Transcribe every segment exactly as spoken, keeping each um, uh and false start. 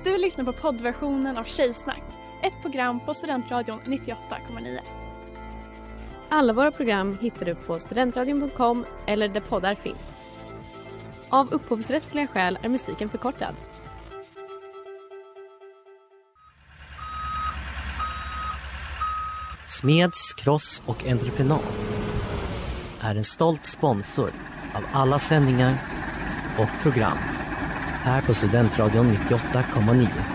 Du lyssnar på poddversionen av Tjejsnack, ett program på Studentradion nittioåtta komma nio. Alla våra program hittar du på studentradion punkt com eller där poddar finns. Av upphovsrättsliga skäl är musiken förkortad. Smeds, Cross och Entreprenad är en stolt sponsor av alla sändningar och program här på Studentradion nittioåtta komma nio.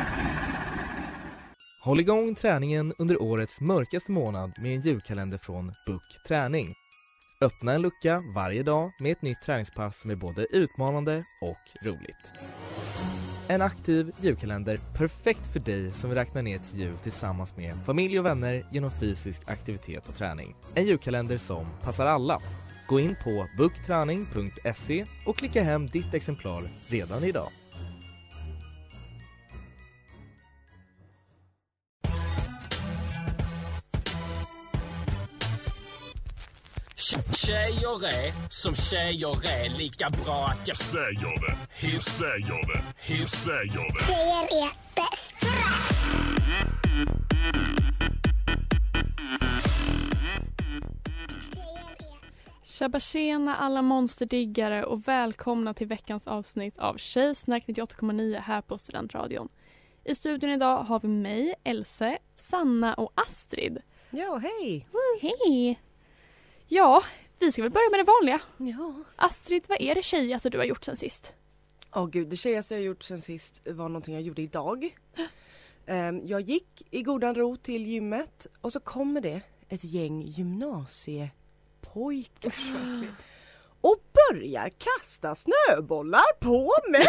Håll igång träningen under årets mörkaste månad med en julkalender från Book Träning. Öppna en lucka varje dag med ett nytt träningspass som är både utmanande och roligt. En aktiv julkalender perfekt för dig som vill räkna ner till jul tillsammans med familj och vänner genom fysisk aktivitet och träning. En julkalender som passar alla. Gå in på bookträning punkt se och klicka hem ditt exemplar redan idag. Tjejer är som tjejer är, lika bra att jag säger det. Hur säger det? Hur säger det? Tjejer är bäst. Tjabba tjena alla monsterdiggare och välkomna till veckans avsnitt av Tjejsnack nittioåtta komma nio här på Studentradion. I studion idag har vi mig, Else, Sanna och Astrid. Ja, hej! Hej! Ja, vi ska väl börja med det vanliga. Ja. Astrid, vad är det tjejigaste du har gjort sen sist? Åh gud, det tjejigaste jag gjort sen sist var någonting jag gjorde idag. um, jag gick i godan ro till gymmet och så kommer det ett gäng gymnasiepojkar. Usch, vad äckligt. Och börjar kasta snöbollar på mig.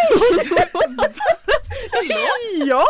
Ja!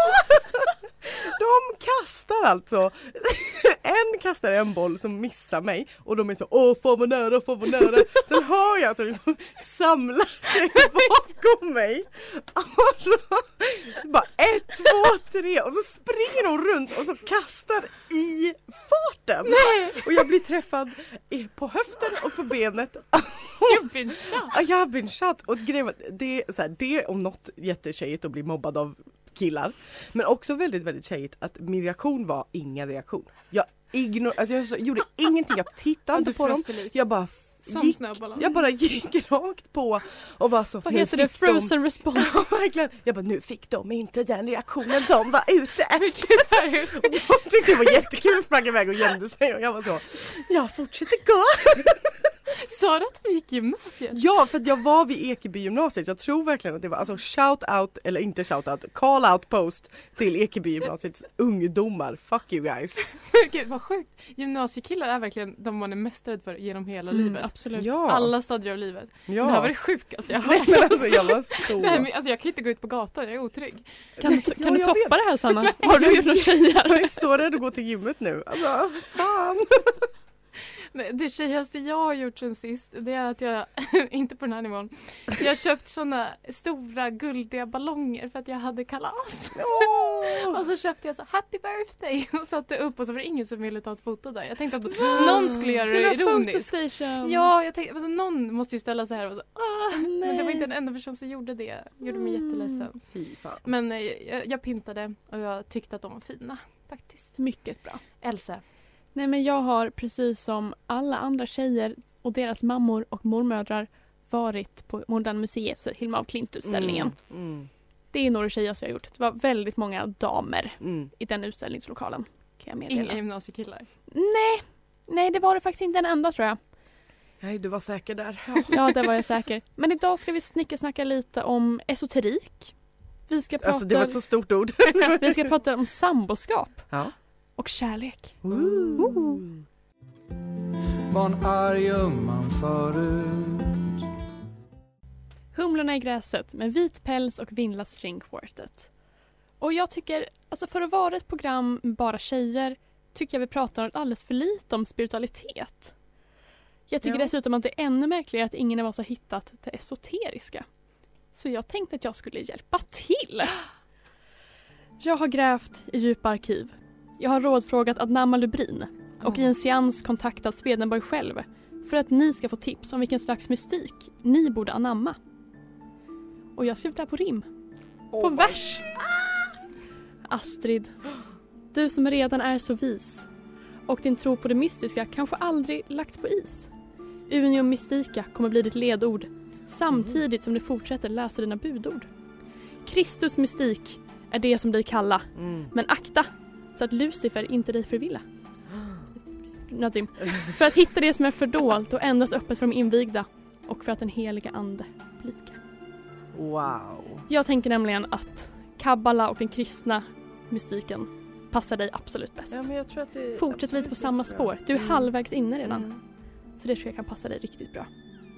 De kastar alltså. En kastar en boll som missar mig. Och de är så, åh fan vad nära, fan vad nära. Sen hör jag att de liksom samlar sig bakom mig. Och så bara ett, två, tre. Och så springer de runt och så kastar i farten. Nej. Och jag blir träffad på höften och på benet. You've been shot. Jag har been shot. Och grejen, det är så här, det är om något jättetjejigt att bli mobbad av killar. Men också väldigt, väldigt tjejigt att min reaktion var ingen reaktion. Jag, ignor- alltså jag så, gjorde ingenting, jag tittade inte på dem. Jag bara gick, jag bara gick rakt på och var så. Vad heter det? Frozen de... response. Ja, verkligen. Jag bara, nu fick de inte den reaktionen de var ute efter. De tyckte det var jättekul och sprang iväg och gömde sig. Och jag var så, jag fortsätter gå. Sa du att de gick gymnasiet? Ja, för att jag var vid Ekeby gymnasiet. Jag tror verkligen att det var alltså shout out, eller inte shout out, call out post till Ekeby gymnasiets ungdomar. Fuck you guys. Gud, vad sjukt. Gymnasiekillar är verkligen de man är mest rädd för genom hela Mm, livet. Absolut. Ja. Alla stadier av livet. Ja. Det här var det sjukaste jag har Nej, hört. men alltså, jag var så... Nej, men, alltså, jag kan inte gå ut på gatan, jag är otrygg. Kan du, Ja, kan du jag toppa vet. det här, Sanna? Har du gjort något tjejer? Jag är så rädd att gå till gymmet nu. Alltså, fan. Nej, det tjejigaste jag har gjort sen sist, det är att jag, inte på den här nivån, jag har köpt såna stora guldiga ballonger för att jag hade kalas. Oh. Och så köpte jag så happy birthday och satte upp och så var det ingen som ville ta ett foto där. Jag tänkte att någon skulle göra det ironiskt. Ja, jag tänkte, alltså, någon måste ju ställa sig här och så, ah, men det var inte den enda person som gjorde det. Gjorde mig jätteledsen. Fy fan. Men eh, jag, jag pintade och jag tyckte att de var fina faktiskt. Mycket bra. Else. Nej, men jag har precis som alla andra tjejer och deras mammor och mormödrar varit på Moderna Museet och sett Hilma af Klint-utställningen. Mm, mm, Det är några tjejer som jag har gjort. Det var väldigt många damer mm. i den utställningslokalen. Kan jag meddela. Inga gymnasiekillar? Nej, nej, det var det faktiskt inte en enda, tror jag. Nej, du var säker där. Ja, där var jag säker. Men idag ska vi snicka-snacka lite om esoterik. Vi ska prata... Alltså, det var ett så stort ord. vi ska prata om samboskap. Ja. Och kärlek. Ooh. Var en arg ung man förut. Humlorna i gräset med vit päls och Vinla String Quartet. Och jag tycker, alltså för att vara ett program med bara tjejer, tycker jag vi pratar alldeles för lite om spiritualitet. Jag tycker ja. dessutom att det är ännu märkligare att ingen av oss har hittat det esoteriska. Så jag tänkte att jag skulle hjälpa till. Jag har grävt i djupa arkiv. Jag har rådfrågat Adnama Lubrin och i en seans kontaktat Swedenborg själv för att ni ska få tips om vilken slags mystik ni borde anamma. Och jag har skrivit det här på rim. Oh på vers. Astrid, du som redan är så vis och din tro på det mystiska kanske aldrig lagt på is. Unium Mystica kommer bli ditt ledord samtidigt som du fortsätter läsa dina budord. Kristus mystik är det som dig kalla, Mm. men akta så att Lucifer inte dig förvilla. Nödrim. För att hitta det som är fördolt och endast öppet för de invigda och för att den heliga ande blidka. Wow. Jag tänker nämligen att kabbala och den kristna mystiken passar dig absolut bäst. Ja, men jag tror att det Fortsätt absolut lite på samma jättebra. spår. Du är Mm. halvvägs inne redan. Mm. Så det tror jag kan passa dig riktigt bra.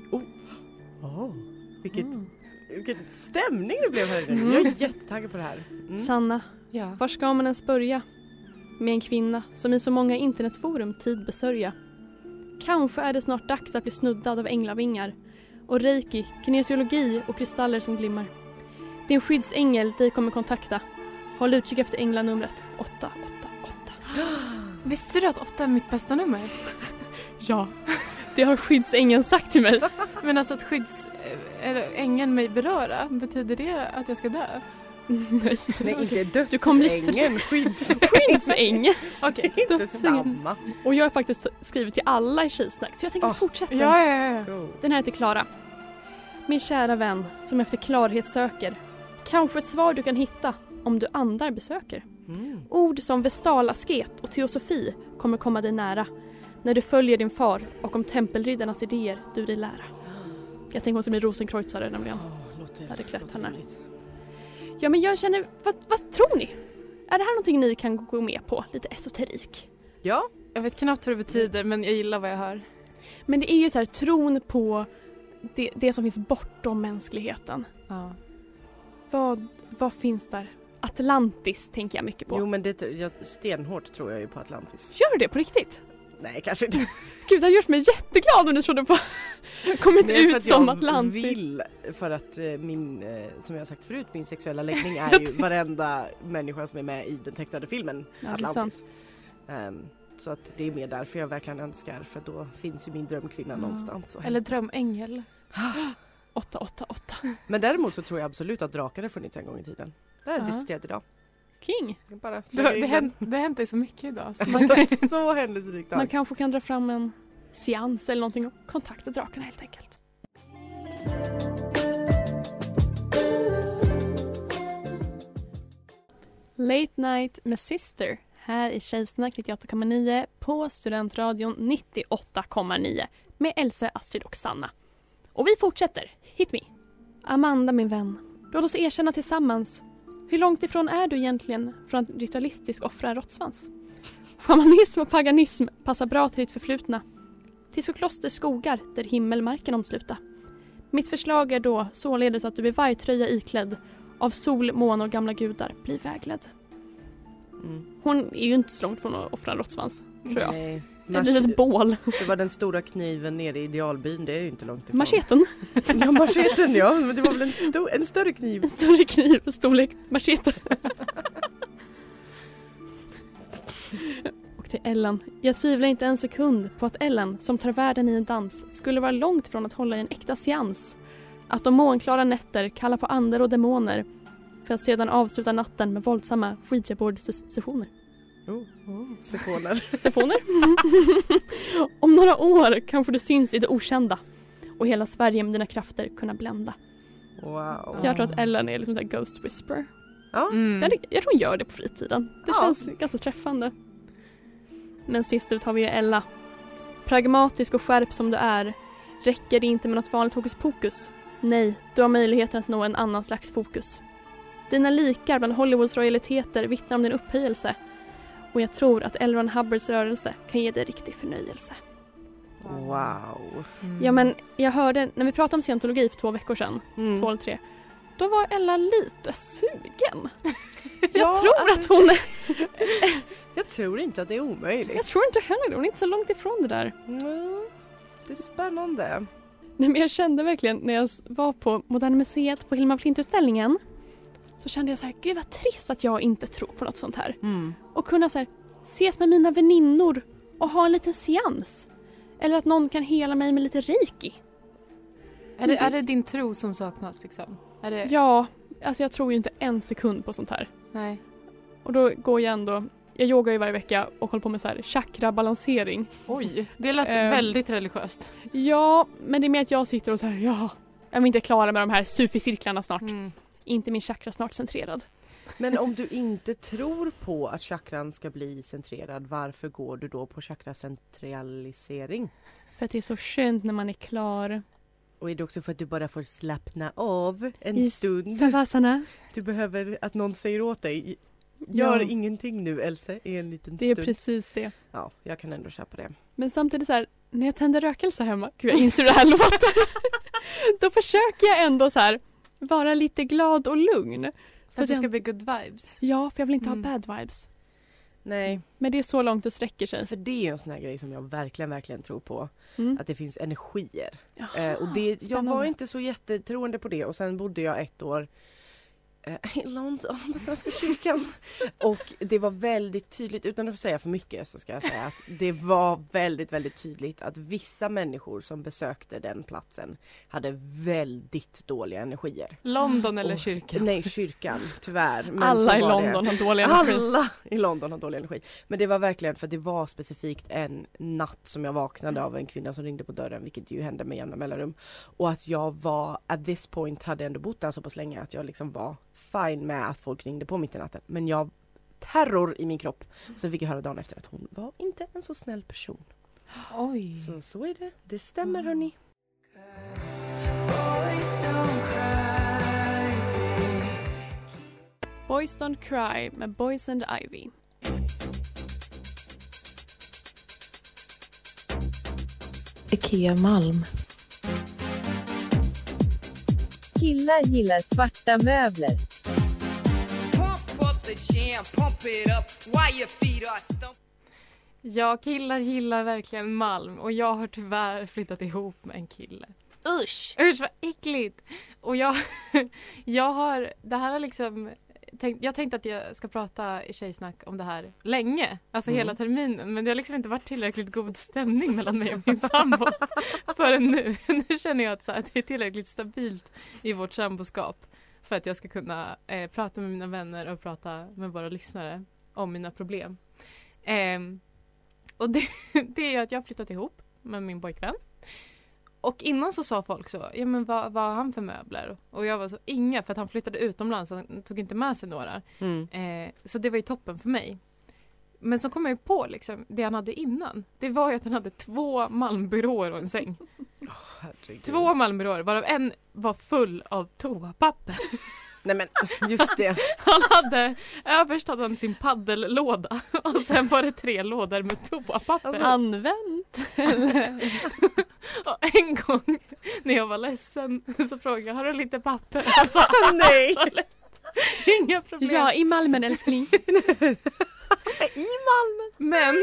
Oh, vilket, Mm. vilken stämning det blev här inne. Mm. Jag är jättetaggad på det här. Mm. Sanna, Ja. var ska man ens börja? Med en kvinna som i så många internetforum tid besörja. Kanske är det snart dags att bli snuddad av änglavingar. Och reiki, kinesiologi och kristaller som glimmar. Din skyddsängel dig kommer kontakta. Håll utkik efter änglanumret åtta åtta åtta. Visste du att åtta är mitt bästa nummer? Ja, det har skyddsängeln sagt till mig. Men alltså att skydds... Eller ängeln mig beröra, betyder det att jag ska dö? Nej, Nej, inte Du kommer bli dödsängen, skydds... skyddsängel. Okej. inte dödsängen. samma. Och jag har faktiskt skrivit till alla i Tjejsnack, så jag tänker Ah, fortsätta. Ja, ja, ja. Go. Den här är till Klara. Min kära vän som efter klarhet söker. Kanske ett svar du kan hitta om du andar besöker. Mm. Ord som vestalasket och teosofi kommer komma dig nära. När du följer din far och om tempelriddarnas idéer du dig lära. Jag tänker att det blir rosenkreuzare nämligen. Oh, låter, hade klätt låter henne. roligt. Ja, men jag känner, vad, vad tror ni? Är det här någonting ni kan gå med på? Lite esoterik. Ja, Jag vet knappt vad det betyder, men jag gillar vad jag hör. Men det är ju så här tron på det, det som finns bortom mänskligheten. Ja. Vad, vad finns där? Atlantis tänker jag mycket på. jo men det, jag, stenhårt tror jag ju på Atlantis. Gör du det på riktigt? Nej, kanske inte. Gud, det har gjort mig jätteglad om du trodde på kommit Det är för ut att som jag Atlantis. vill, för att eh, min, eh, som jag har sagt förut, min sexuella läggning är ju varenda människa som är med i den tecknade filmen Ja, det är Atlantis. Um, så att det är mer därför jag verkligen önskar, för då finns ju min drömkvinna Ja. någonstans. Och Eller drömängel. åtta åtta åtta. Men däremot så tror jag absolut att drakar har funnits en gång i tiden. Det har jag Ja. diskuterat idag. King. Jag bara Det, slänger det, in den. hänt, det har hänt dig så mycket idag. Så. Så händelserikt Man dag. kanske kan dra fram en seans eller någonting och kontakta drakarna helt enkelt. Late Night med Sister här i Tjejsnack nittioåtta komma nio på Studentradion nittioåtta komma nio med Else, Astrid och Sanna. Och vi fortsätter. Hit me. Amanda, min vän. Låt oss erkänna tillsammans. Hur långt ifrån är du egentligen från att ritualistisk offra en råttsvans? Shamanism och paganism passar bra till ditt förflutna. Till så kloster skogar där himmelmarken omsluta. Mitt förslag är då således att du blir vargtröja iklädd av sol, måne och gamla gudar blir vägledd. Mm. Hon är ju inte så långt från att offra en råttsvans, tror jag. Nej. Ett Mach- litet bål. det var den stora kniven nere i idealbyn, det är ju inte långt ifrån. Macheten. Ja, macheten, ja. Men det var väl en, sto- en större kniv. En större kniv, storlek, machete. Och till Ellen. Jag tvivlar inte en sekund på att Ellen, som tar världen i en dans, skulle vara långt från att hålla i en äkta seans. Att de månklara nätter kallar på andar och demoner för att sedan avsluta natten med våldsamma Ouija-board-sessioner. Oh, oh. Sekoner. Sessioner? Om några år kanske du syns i det okända och hela Sverige med dina krafter kunna blända. Wow. Jag tror att Ellen är liksom en Ghost Whisperer. Ja. Mm. Jag, jag tror hon gör det på fritiden. Det Ja. känns ganska träffande. Men sist ut har vi ju Ella. Pragmatisk och skärp som du är räcker det inte med något vanligt hokus pokus. Nej, du har möjligheten att nå en annan slags fokus. Dina likar bland Hollywoods royaliteter vittnar om din upphöjelse. Och jag tror att L. Ron Hubbards rörelse kan ge dig riktig förnöjelse. Wow. Mm. Ja, men jag hörde, när vi pratade om scientologi för två veckor sedan, Mm. två eller tre, då var Ella lite sugen. Jag Ja, tror alltså- att hon är, Jag tror inte att det är omöjligt. jag tror inte heller det, hon är inte så långt ifrån det där. Mm. Det är spännande. Nej, men jag kände verkligen när jag var på Moderna Museet på Hilma Flint-utställningen, så kände jag så här, gud vad trist att jag inte tror på något sånt här. Mm. Och kunna så här, ses med mina väninnor och ha en liten seans. Eller att någon kan hela mig med lite reiki. Är det, är det din tro som saknas liksom? Är det... Ja, alltså jag tror ju inte en sekund på sånt här. Nej. Och då går jag ändå, jag yogar ju varje vecka och håller på med så här chakra-balansering. Oj, det lät Ehm. väldigt religiöst. Ja, men det är med att jag sitter och så här, ja, jag är inte klara med de här sufi-cirklarna snart. Mm. Inte min chakra snart centrerad. Men om du inte tror på att chakran ska bli centrerad, varför går du då på chakracentralisering? För att det är så skönt när man är klar. Och är det också för att du bara får slappna av en I stund? Savasana. Du behöver att någon säger åt dig, gör Ja. ingenting nu Else, i en liten Det är stund. precis det. Ja, jag kan ändå köpa det. Men samtidigt så här, när jag tänder rökelse hemma, gud jag inser hur det här låter. Då försöker jag ändå så här vara lite glad och lugn. För att det jag- ska bli good vibes. Ja, för jag vill inte Mm. ha bad vibes. Nej, Men det är så långt det sträcker sig. för det är en sån här grej som jag verkligen, verkligen tror på. Mm. Att det finns energier. Jaha, Eh, och det, jag spännande. var inte så jättetroende på det och sen bodde jag ett år eh, i London på Svenska kyrkan. Och det var väldigt tydligt, utan att säga för mycket så ska jag säga att det var väldigt, väldigt tydligt att vissa människor som besökte den platsen hade väldigt dåliga energier. London eller Och- kyrkan? Nej, kyrkan, tyvärr. Men Alla så i var London det. har dålig energi. Alla i London har dålig energi. Men det var verkligen för att det var specifikt en natt som jag vaknade av en kvinna som ringde på dörren, vilket ju hände med jämna mellanrum. Och att jag var, at this point hade ändå bott där så pass länge att jag liksom var fine med att folk ringde på mitt i natten. Men jag terror i min kropp. Sen fick jag höra dagen efter att hon var inte en så snäll person. Oj. Så så är det. Det stämmer hörni. Boys Don't Cry med Boys and Ivy. Ikea Malm. Killar gillar svarta möbler. Jag killar gillar verkligen Malm och jag har tyvärr flyttat ihop med en kille. Usch! Usch vad äckligt! Och jag, jag har, det här har liksom, tänkt, jag tänkte att jag ska prata i Tjejsnack om det här länge, alltså Mm. hela terminen, men det har liksom inte varit tillräckligt god stämning mellan mig och min sambo förrän nu. Nu känner jag att, så att det är tillräckligt stabilt i vårt samboskap för att jag ska kunna eh, prata med mina vänner och prata med våra lyssnare om mina problem. Ehm, och det, det är ju att jag har flyttat ihop med min pojkvän. Och innan så sa folk så, ja men vad, vad har han för möbler? Och jag var så, inga, för att han flyttade utomlands, han tog inte med sig några. Mm. Eh, så det var ju toppen för mig. Men så kom jag ju på liksom, det han hade innan. Det var ju att han hade två Malmbyråer och en säng. Herregud. Två Malmbyråer, varav en var full av toapapper. Nej men just det. Han hade, överst hade han sin paddellåda och sen var det tre lådor med toapapper. Alltså, använt. Och en gång när jag var ledsen så frågade jag, har du lite papper? Alltså, Nej. absolut. Inga problem. Ja, i Malmen älskling. I Malmö. Men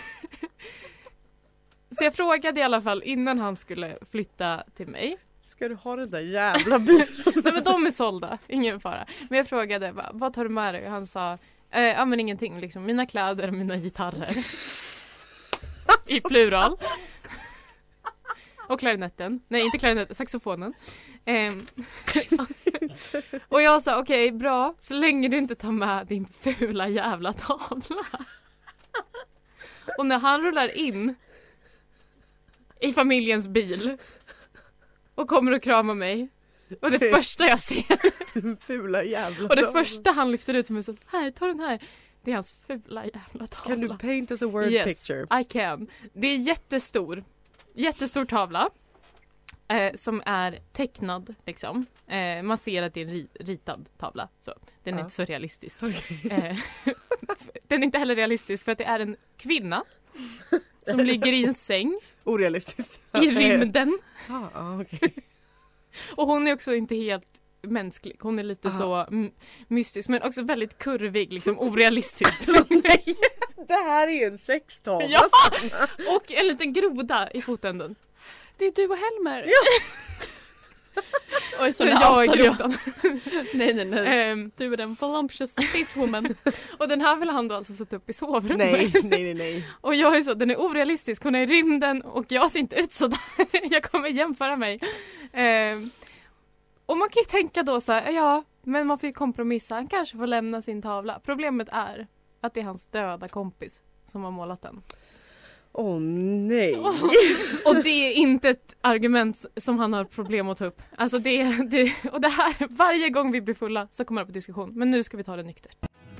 så jag frågade i alla fall innan han skulle flytta till mig. Ska du ha den där jävla byrån? Nej men de är sålda, ingen fara. Men jag frågade, va, vad tar du med dig? Och han sa, eh, ja men ingenting, liksom, mina kläder och mina gitarrer. I plural. Och klarinetten. Nej, inte klarinetten, saxofonen. Ehm. Och jag sa, okej, okay, bra. Så länge du inte tar med din fula jävla tavla. Och när han rullar in i familjens bil och kommer och kramar mig. Och det första jag ser. Den fula jävla Och det tavlan. första han lyfter ut till mig så, här, ta den här. Det är hans fula jävla tavla. Kan du paint us a word yes, picture? I can. Det är jättestor. Jättestor tavla. Eh, som är tecknad liksom. Eh, man ser att det är en ri- ritad tavla. Så. Den är Ja. inte så realistisk. Okay. Eh, den är inte heller realistisk för att det är en kvinna som ligger i en säng Orealistiskt. i rymden. Ah, ah, okay. Och hon är också inte helt mänsklig. Hon är lite Aha. så m- mystisk men också väldigt kurvig, liksom orealistisk. Nej, det här är en sextavla. Ja! Och en liten groda i fotänden. Det är du och Helmer. Ja. Oj, så Så nu jag är outar jag. grodan. Nej, nej, nej. Ehm, Du är den voluptuous space woman. och den här vill han då alltså sätta upp i sovrummet. Nej, nej, nej, nej. Och jag är så, den är orealistisk. Hon är i rymden och jag ser inte ut så där. Jag kommer jämföra mig. Ehm, och man kan ju tänka då så här, ja, Men man får ju kompromissa. Han kanske får lämna sin tavla. Problemet är att det är hans döda kompis som har målat den. Åh oh, nej. Och det är inte ett argument som han har problem att ta upp. Alltså det, det, och det här, varje gång vi blir fulla så kommer det på diskussion. Men nu ska vi ta det nyktert.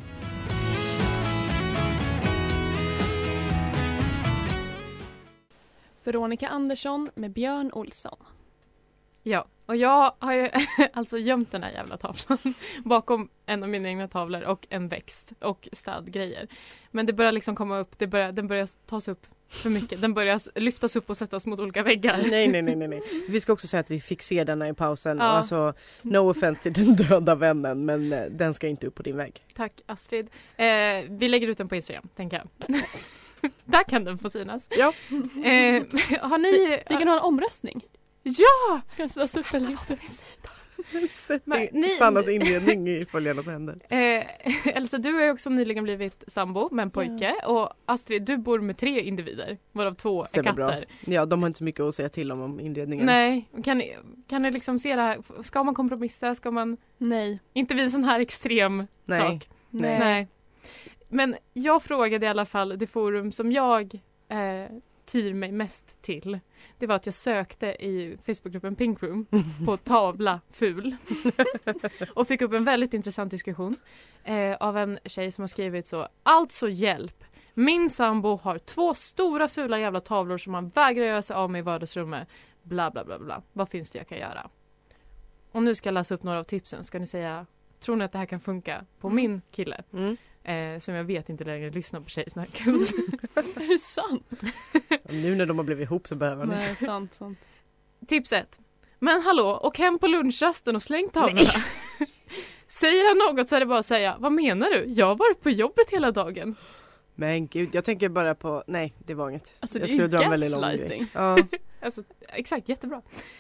Veronica Andersson med Björn Olsson. Ja, och jag har ju alltså gömt den här jävla tavlan bakom en av mina egna tavlor och en växt och städgrejer. Men det börjar liksom komma upp, det börjar, den börjar tas upp för mycket. Den börjar lyftas upp och sättas mot olika väggar. Nej, nej, nej, nej, nej. Vi ska också säga att vi fick se denna i pausen. Ja. Och alltså, no offense till den döda vännen, men eh, den ska inte upp på din vägg. Tack Astrid. Eh, vi lägger ut den på Instagram, tänker jag. Där kan den få synas. Ja. Eh, har ni... Vi kan ha en omröstning. Ja! Ska den sättas upp eller inte? Sätt Men i ni- Sannas inledning i följarnas händer. Eh, Elsa, du har ju också nyligen blivit sambo med en pojke. Och Astrid, du bor med tre individer, varav två Stämmer är katter. bra. Ja, de har inte så mycket att säga till om, om inredningen. Nej, kan ni, kan ni liksom se det här? Ska man kompromissa? Ska man... Nej. Inte vid en sån här extrem Nej. sak. Nej. Nej. Men jag frågade i alla fall det forum som jag eh, tyr mig mest till. Det var att jag sökte i Facebookgruppen Pink Room på tavla ful. Och fick upp en väldigt intressant diskussion eh, av en tjej som har skrivit så. Alltså hjälp. Min sambo har två stora fula jävla tavlor som han vägrar göra sig av med i vardagsrummet. Bla bla bla bla. Vad finns det jag kan göra? Och nu ska jag läsa upp några av tipsen. Ska ni säga, tror ni att det här kan funka på Mm. min kille? Mm. Eh, som jag vet inte längre lyssnar på tjejsnack. Är det sant? Nu när de har blivit ihop så behöver ni. Nej, sant, sant. Tips ett. Men hallå, åk hem på lunchrasten och släng tavlorna. Säger han något så är det bara att säga, vad menar du? Jag har varit på jobbet hela dagen. Men gud, jag tänker bara på, nej det var inget. Alltså, jag det är ju dra en väldigt lång gaslighting. grej. Ja, Alltså, exakt, jättebra.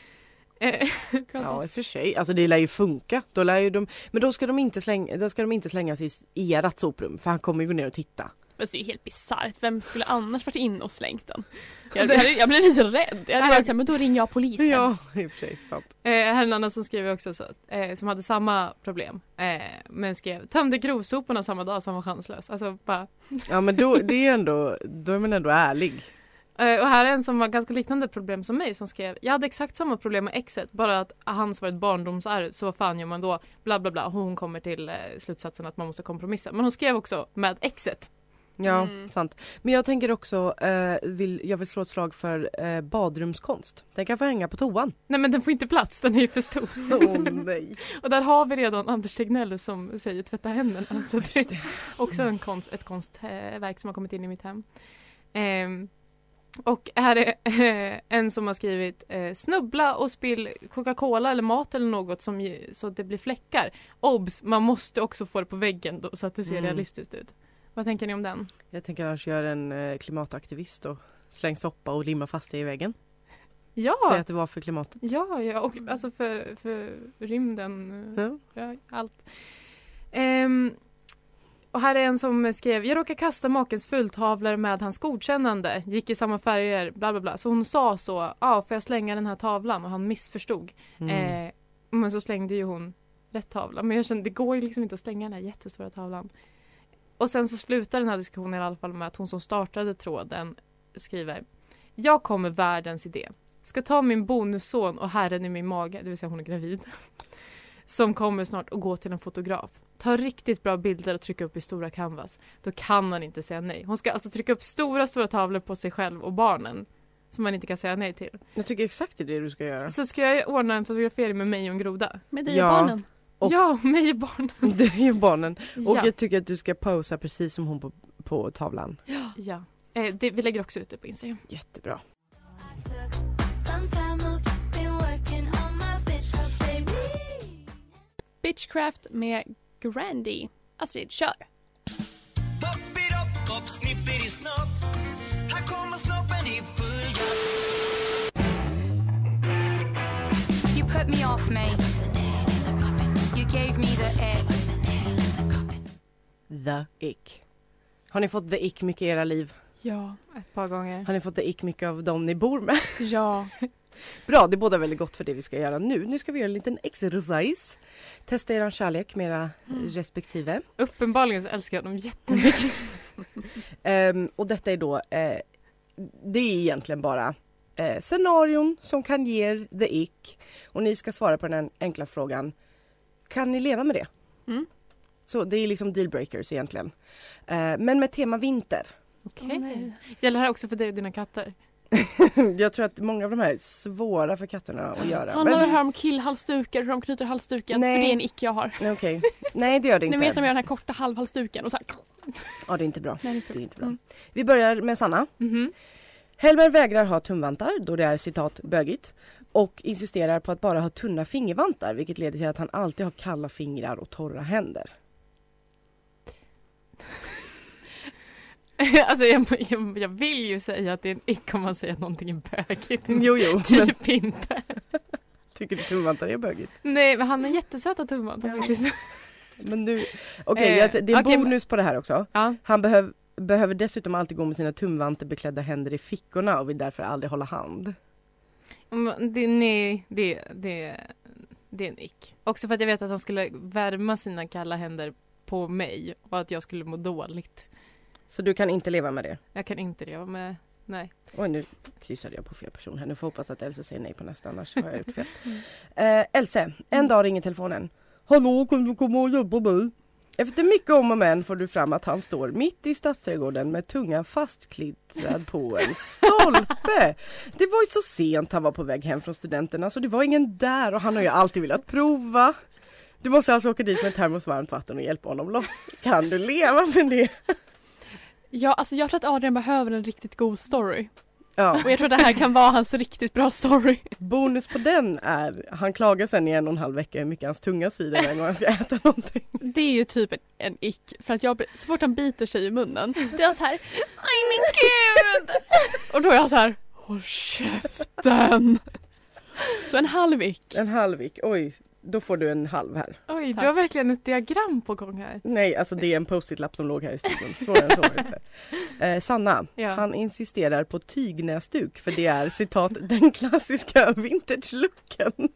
Eh, ja, i och för sig. Alltså det lär ju funka. Då lär ju de, men då ska de inte slänga, då ska de inte slängas i ert soprum. För han kommer ju gå ner och titta. Men det är ju helt bisarrt. Vem skulle annars varit in och slängt den? Jag, jag, jag blev lite rädd. Jag hade varit såhär, men då ringer jag polisen. Ja, i och för sig, sant. Eh, här är en annan som skriver också så, eh, som hade samma problem. Eh, men skrev, tömde grovsoporna samma dag som var chanslös. Alltså bara... Ja, men då, det är ändå, då är man ändå ärlig. Eh, och här är en som har ganska liknande problem som mig som skrev, jag hade exakt samma problem med exet, bara att hans var ett barndomsarv, så vad fan gör man då? Bla bla bla. Hon kommer till eh, slutsatsen att man måste kompromissa. Men hon skrev också med exet. Ja, Mm. sant. Men jag tänker också, eh, vill, jag vill slå ett slag för eh, badrumskonst. Den kan få hänga på toan. Nej men den får inte plats, den är ju för stor. Åh oh, nej. Och där har vi redan Anders Tegnell som säger tvätta händerna. Så det Just är det. också en konst, ett konstverk som har kommit in i mitt hem. Ehm, och här är eh, en som har skrivit eh, snubbla och spill Coca-Cola eller mat eller något som ju, så att det blir fläckar. Obs, man måste också få det på väggen då, så att det ser Mm. realistiskt ut. Vad tänker ni om den? Jag tänker annars göra en eh, klimataktivist och släng soppa och limma fast det i väggen. Ja, Säg att det var för klimatet. ja, ja och alltså för, för rymden. eh, Ja. Ja, allt. Ehm, och här är en som skrev, jag råkar kasta makens fulltavlor med hans godkännande. Gick i samma färger, bla bla bla. Så hon sa så, ja ah, får jag slänga den här tavlan? Och han missförstod. Mm. Eh, men så slängde ju hon rätt tavla. Men jag kände, det går ju liksom inte att slänga den här jättestora tavlan. Och sen så slutar den här diskussionen i alla fall med att hon som startade tråden skriver, jag kommer världens idé. Ska ta min bonusson och herren i min mage, det vill säga hon är gravid, som kommer snart och gå till en fotograf. Ta riktigt bra bilder och trycka upp i stora canvas. Då kan han inte säga nej. Hon ska alltså trycka upp stora, stora tavlor på sig själv och barnen som man inte kan säga nej till. Jag tycker exakt det är det du ska göra. Så ska jag ordna en fotografering med mig och en groda. Med dig Ja. och barnen. Och- Ja, mig och barnen. Det är ju barnen. Och Ja. jag tycker att du ska posa precis som hon på, på tavlan. ja. Eh, det, vi lägger också ut det på Instagram. Jättebra. Bitchcraft med Grandy. Astrid, kör! Pop it up, pop, snippity snopp. Här kommer snoppen i full jakt. You put me off, mate. You gave me the ick. The ick. Har ni fått the ick mycket i era liv? Ja. Ett par gånger. Har ni fått the ick mycket av dem ni bor med? Ja. Bra, det båda väldigt gott för det vi ska göra nu. Nu ska vi göra en liten exercise. Testa er kärlek med era mm. respektive. Uppenbarligen så älskar jag dem jättemycket. um, och detta är då, uh, det är egentligen bara uh, scenarion som kan ge er the ick. Och ni ska svara på den enkla frågan, kan ni leva med det? Mm. Så det är liksom dealbreakers egentligen. Uh, men med tema vinter. Okej. Okay. Gäller det här också för dig och dina katter? Jag tror att många av de här är svåra för katterna att göra. Handlar det här om killhalsdukar, hur de knyter halsduken? Nej. För det är en ick jag har. Nej, okay. Nej, det gör det inte. Ni vet om jag har den här korta halvhalsduken och så här. Ja, det är inte bra. Nej, det, är det är inte bra. Mm. Vi börjar med Sanna. Mm-hmm. Helmer vägrar ha tumvantar då det är citat bögigt. Och insisterar på att bara ha tunna fingervantar, vilket leder till att han alltid har kalla fingrar och torra händer. Alltså jag, jag, jag vill ju säga att det är en ick om man säger att någonting är bögigt. Jo, jo. Typ inte. Tycker du tumvantar är bögigt? Nej, men han är jättesöta tumvantar ja. faktiskt. Men du, okej, okay, det är en okay, bonus på det här också. Ja. Han behöv, behöver dessutom alltid gå med sina tumvanterbeklädda händer i fickorna och vill därför aldrig hålla hand. Det, nej, det, det, det är en ick. Också för att jag vet att han skulle värma sina kalla händer på mig och att jag skulle må dåligt. Så du kan inte leva med det? Jag kan inte leva med, nej. Oj, nu kryssade jag på fel person här. Nu får jag hoppas att Else säger nej på nästa, annars har jag gjort fel. eh, Else, en dag ringer telefonen. Hallå, kan du komma och jobba mig? Efter mycket om och men får du fram att han står mitt i stadsträdgården med tungan fastklistrad på en stolpe. Det var ju så sent han var på väg hem från studenterna så det var ingen där och han har ju alltid velat prova. Du måste alltså åka dit med termos varmt vatten och hjälpa honom loss. Kan du leva med det? Ja, alltså jag tror att Adrian behöver en riktigt god story. Ja. Och jag tror det här kan vara hans riktigt bra story. Bonus på den är, han klagar sen i en och en halv vecka hur mycket hans tunga svider när han ska äta någonting. Det är ju typ en, en ick. För att jag, så fort han biter sig i munnen, då är jag så här, aj min gud! Och då är jag så här, håll käften! Så en halv ick. En halv ick, oj. Då får du en halv här. Oj, Tack. Du har verkligen ett diagram på gång här. Nej, alltså det är en post-it-lapp som låg här i studion. Svårare än så var det inte. Eh, Sanna, ja. Han insisterar på tygnäsduk för det är, citat, den klassiska vintage-looken.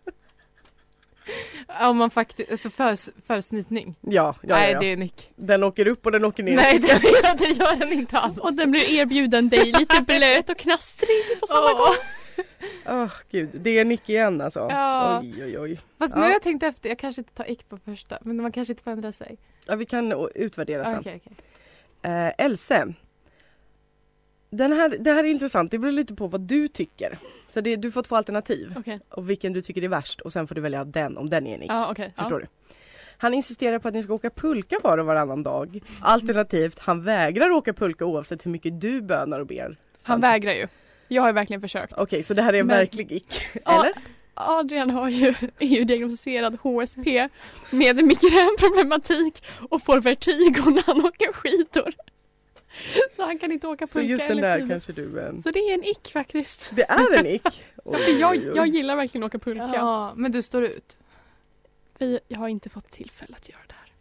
Om man faktiskt, alltså för, för snytning. Ja, ja, Nej, ja. det är nick. Den åker upp och den åker ner. Nej, det, det gör den inte alls. Och den blir erbjuden dig lite blöt och knastrig på samma oh. gång. Åh oh, gud, det är nick igen alltså. Ja. Oj, oj, oj. Fast ja. nu har jag tänkt efter, jag kanske inte tar ick på första, men man kanske inte får ändra sig. Ja, vi kan utvärdera sen. Okay, okay. Eh, Else, den här, det här är intressant, det beror lite på vad du tycker. Så det, du får två alternativ. Okay. Och vilken du tycker är värst och sen får du välja den om den är en ick. Ah, okay. Förstår ah. du? Han insisterar på att ni ska åka pulka var och varannan dag. Alternativt, han vägrar åka pulka oavsett hur mycket du bönar och ber. Han, han vägrar ju. Jag har ju verkligen försökt. Okej, okay, så det här är en Men, verklig ick, ja, eller? Adrian har ju, är ju diagnostiserad H S P med migränproblematik och får vertigo när han åker skidor. Så han kan inte åka pulka. Så just den där tiden. kanske du... En... Så det är en ick faktiskt. Det är en ick? Oj, jag, jag gillar verkligen att åka pulka. Ja, men du står ut. Vi, jag har inte fått tillfälle att göra det här.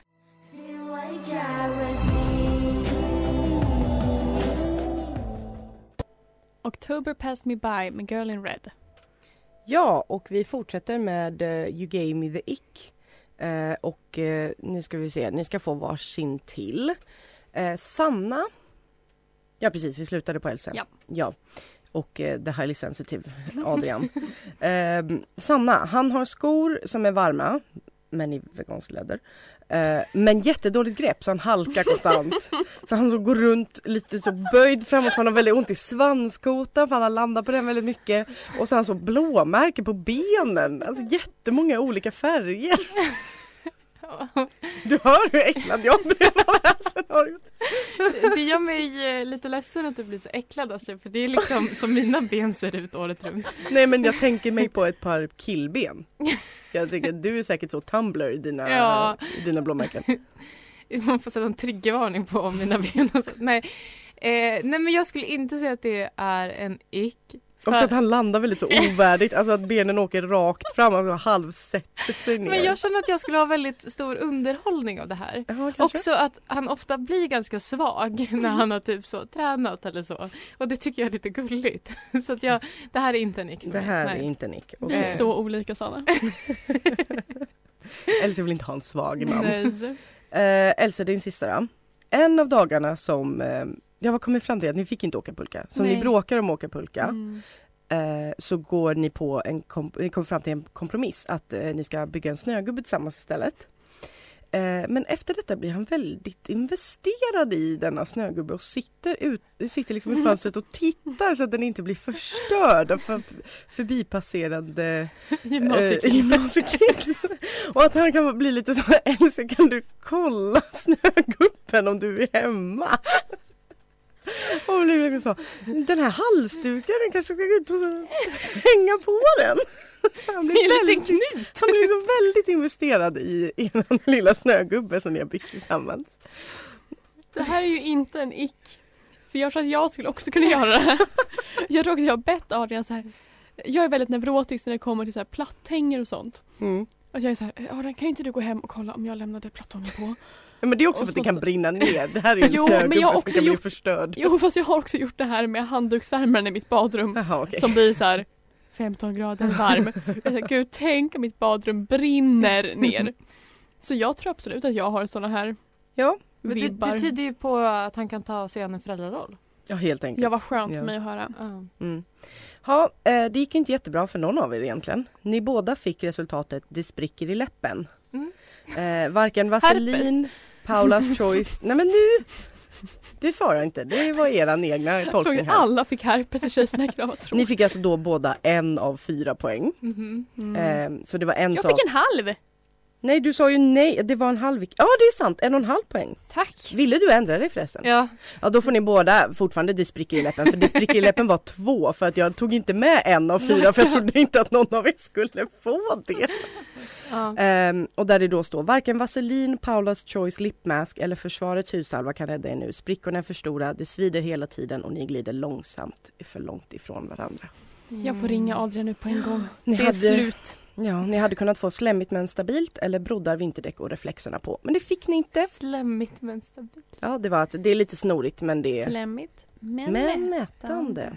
October Passed Me By med Girl in Red. Ja, och vi fortsätter med uh, You Gave Me The Ick. Uh, och uh, nu ska vi se, ni ska få varsin till. Uh, Sanna. Ja, precis, vi slutade på Elsa. Ja. ja. Och uh, The Highly Sensitive Adrian. uh, Sanna, han har skor som är varma, men i vegansk läder. Uh, men jättedåligt grepp så han halkar konstant. Så han så går runt lite så böjd framåt för han har väldigt ont i svanskotan för han har landat på den väldigt mycket. Och så har han så blåmärken på benen. Alltså jättemånga olika färger. Du hör hur äcklad jag blev av det här scenariot. Det gör mig lite ledsen att du blir så äcklad alltså, för det är liksom som mina ben ser ut året runt. Nej, men jag tänker mig på ett par killben. Jag tänker att du är säkert så Tumblr i dina, ja. i dina blåmärken. Man får sätta en triggervarning på mina ben. Och så. Nej. Eh, nej, men jag skulle inte säga att det är en ick. För... Också att han landar väldigt så ovärdigt, alltså att benen åker rakt fram och halvsätter sig ner. Men jag känner att jag skulle ha väldigt stor underhållning av det här. Ja, också att han ofta blir ganska svag när han har typ så tränat eller så. Och det tycker jag är lite gulligt. Så att jag, det här är inte Nick. Det här Nej. är inte Nick. Vi är så olika, Sanna. Elsa vill inte ha en svag man. Nej. Uh, Elsa, din sista då. En av dagarna som... Uh, jag har kommit fram till att ni fick inte åka pulka. Så Nej. ni bråkar om att åka pulka. Mm. Eh, så går ni på en kom- ni kommer fram till en kompromiss. Att eh, ni ska bygga en snögubbe tillsammans istället. Eh, men efter detta blir han väldigt investerad i denna snögubbe. Och sitter, ut, sitter liksom i fönstret och tittar så att den inte blir förstörd av för, förbipasserande Gymnasiekids. Eh, gymnasiekids. Och att han kan bli lite så här, Elsa, kan du kolla snögubben om du är hemma? Och blir liksom så. Den här halsduken, den kanske ska gå ut och hänga på den. Han blir, det är väldigt, knut. han blir liksom väldigt investerad i, i den lilla snögubbe som ni har byggt tillsammans. Det här är ju inte en ick. För jag tror att jag skulle också kunna göra det här. Jag tror också att jag har bett Adrian så här. Jag är väldigt neurotisk när det kommer till så här platthänger och sånt. Mm. Och jag är så här, Adrian, kan inte du gå hem och kolla om jag lämnade platthånger på? Ja, men det är också och för att det så... kan brinna ner. Det här är en jo, snögubbe som som kan gjort... bli förstörd. Jo, fast jag har också gjort det här med handduksvärmaren i mitt badrum. Aha, okay. Som blir så här femton grader varm. Jag säger, gud, tänk om mitt badrum brinner ner. Så jag tror absolut att jag har såna här ja, vibbar. Det, det tyder ju på att han kan ta sig an en föräldraroll. Ja, helt enkelt. Jag var skönt ja. för mig att höra. Mm. Mm. Ja, det gick inte jättebra för någon av er egentligen. Ni båda fick resultatet det spricker i läppen. Mm. Eh, varken Vaselin, Paulas Choice. Nej men nu, det sa jag inte. Det var era egna tolkning här. Alla fick herpes i Tjejsnackat. Ni fick alltså då båda en av fyra poäng. Mm-hmm. Mm. Eh, så det var en jag som... fick en halv. Nej, du sa ju nej. Det var en halv. Ja, det är sant. En och en halv poäng. Tack. Ville du ändra dig förresten? Ja. Ja, då får ni båda fortfarande det spricker i läppen. För det spricker i läppen var två. För att jag tog inte med en av fyra. För jag trodde inte att någon av er skulle få det. Ja. Um, och där det då står varken Vaselin, Paulas Choice Lipmask eller Försvarets hussalva kan rädda er nu. Sprickorna är för stora, det svider hela tiden och ni glider långsamt för långt ifrån varandra. Mm. Jag får ringa Adrian nu på en gång. Ni det är hade, slut. Ja, ni hade kunnat få slemmigt men stabilt eller broddar, vinterdäck och reflexerna på. Men det fick ni inte. Slemmigt men stabilt. Ja, det var alltså, det är lite snorigt men det är Slemmigt men, men mätande. mätande.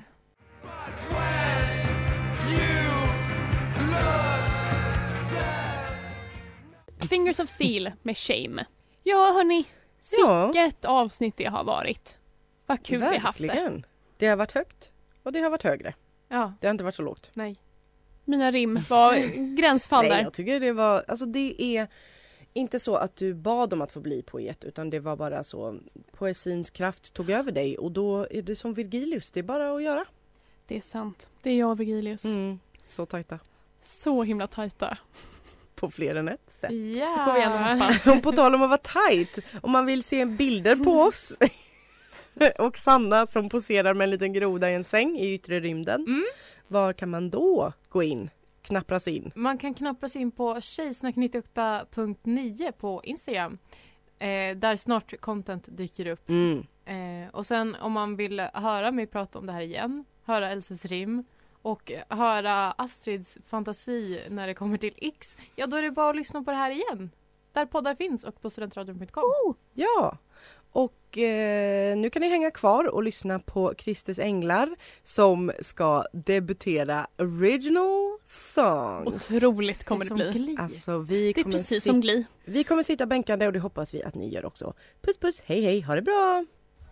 Fingers of Steel med Shame. Ja, hörni. Sicket ja. avsnitt det har varit. Vad kul verkligen. vi haft det. Det har varit högt och det har varit högre. Ja. Det har inte varit så lågt. Nej. Mina rim var gränsfall där. Nej, jag tycker det var, alltså det är inte så att du bad om att få bli poet utan det var bara så poesins kraft tog över dig och då är du som Virgilius, det är bara att göra. Det är sant. Det är jag och Virgilius. Mm, så tajta. Så himla tajta. På fler än ett sätt. Ja. Det får vi gärna hoppas. Och på tal om att vara tajt, om man vill se bilder på oss och Sanna som poserar med en liten groda i en säng i yttre rymden. Mm. Var kan man då gå in? Knappras in? Man kan knappras in på tjejsnack nittioåtta punkt nio på Instagram. Eh, där snart content dyker upp. Mm. Eh, och sen om man vill höra mig prata om det här igen, höra Elses rim och höra Astrids fantasi när det kommer till X, ja då är det bara att lyssna på det här igen. Där poddar finns och på studentradion punkt com. Oh, ja, och eh, nu kan ni hänga kvar och lyssna på Kristus Änglar som ska debutera Original Songs. Otroligt kommer det, det bli. Gli. Alltså, vi det är kommer precis sit- som Gli. Vi kommer sitta bänkande och det hoppas vi att ni gör också. Puss puss, hej hej, ha det bra!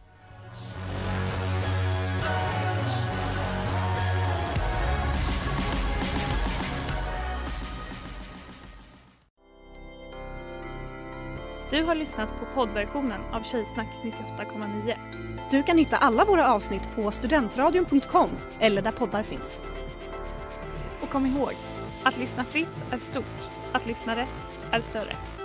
Du har lyssnat på poddversionen av Tjejsnack nittioåtta komma nio. Du kan hitta alla våra avsnitt på studentradion punkt com eller där poddar finns. Och kom ihåg, att lyssna fritt är stort, att lyssna rätt är större.